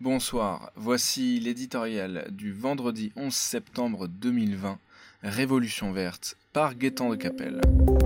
Bonsoir, voici l'éditorial du vendredi 11 septembre 2020, Révolution verte, par Gaëtan de Capelle.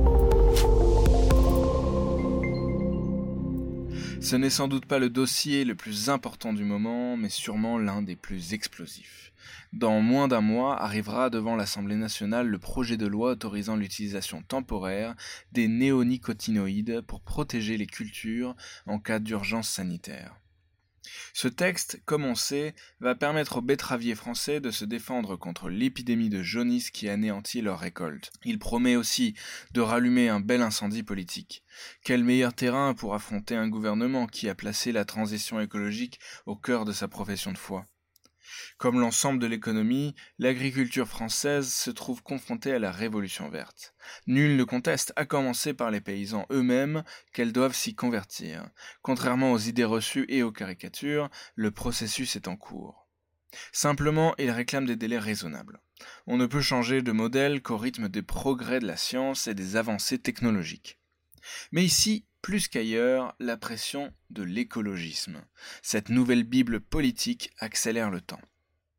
Ce n'est sans doute pas le dossier le plus important du moment, mais sûrement l'un des plus explosifs. Dans moins d'un mois arrivera devant l'Assemblée nationale le projet de loi autorisant l'utilisation temporaire des néonicotinoïdes pour protéger les cultures en cas d'urgence sanitaire. Ce texte, comme on sait, va permettre aux betteraviers français de se défendre contre l'épidémie de jaunisse qui anéantit leur récolte. Il promet aussi de rallumer un bel incendie politique. Quel meilleur terrain pour affronter un gouvernement qui a placé la transition écologique au cœur de sa profession de foi. Comme l'ensemble de l'économie, l'agriculture française se trouve confrontée à la révolution verte. Nul ne conteste, à commencer par les paysans eux-mêmes, qu'elles doivent s'y convertir. Contrairement aux idées reçues et aux caricatures, le processus est en cours. Simplement, ils réclament des délais raisonnables. On ne peut changer de modèle qu'au rythme des progrès de la science et des avancées technologiques. Mais ici, plus qu'ailleurs, la pression de l'écologisme. Cette nouvelle Bible politique accélère le temps.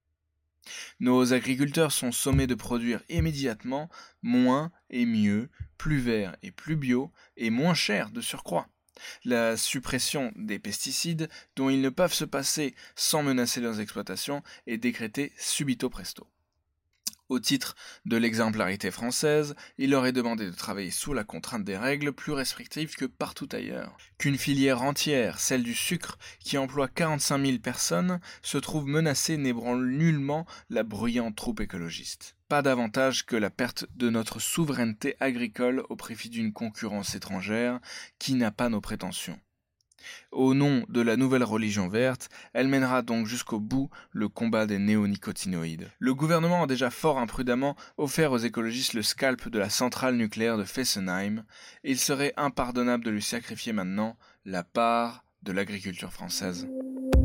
Nos agriculteurs sont sommés de produire immédiatement moins et mieux, plus vert et plus bio, et moins cher de surcroît. La suppression des pesticides, dont ils ne peuvent se passer sans menacer leurs exploitations, est décrétée subito presto. Au titre de l'exemplarité française, il leur est demandé de travailler sous la contrainte des règles plus restrictives que partout ailleurs. Qu'une filière entière, celle du sucre, qui emploie 45 000 personnes, se trouve menacée n'ébranle nullement la bruyante troupe écologiste. Pas davantage que la perte de notre souveraineté agricole au profit d'une concurrence étrangère qui n'a pas nos prétentions. Au nom de la nouvelle religion verte, elle mènera donc jusqu'au bout le combat des néonicotinoïdes. Le gouvernement a déjà fort imprudemment offert aux écologistes le scalp de la centrale nucléaire de Fessenheim, et il serait impardonnable de lui sacrifier maintenant la part de l'agriculture française.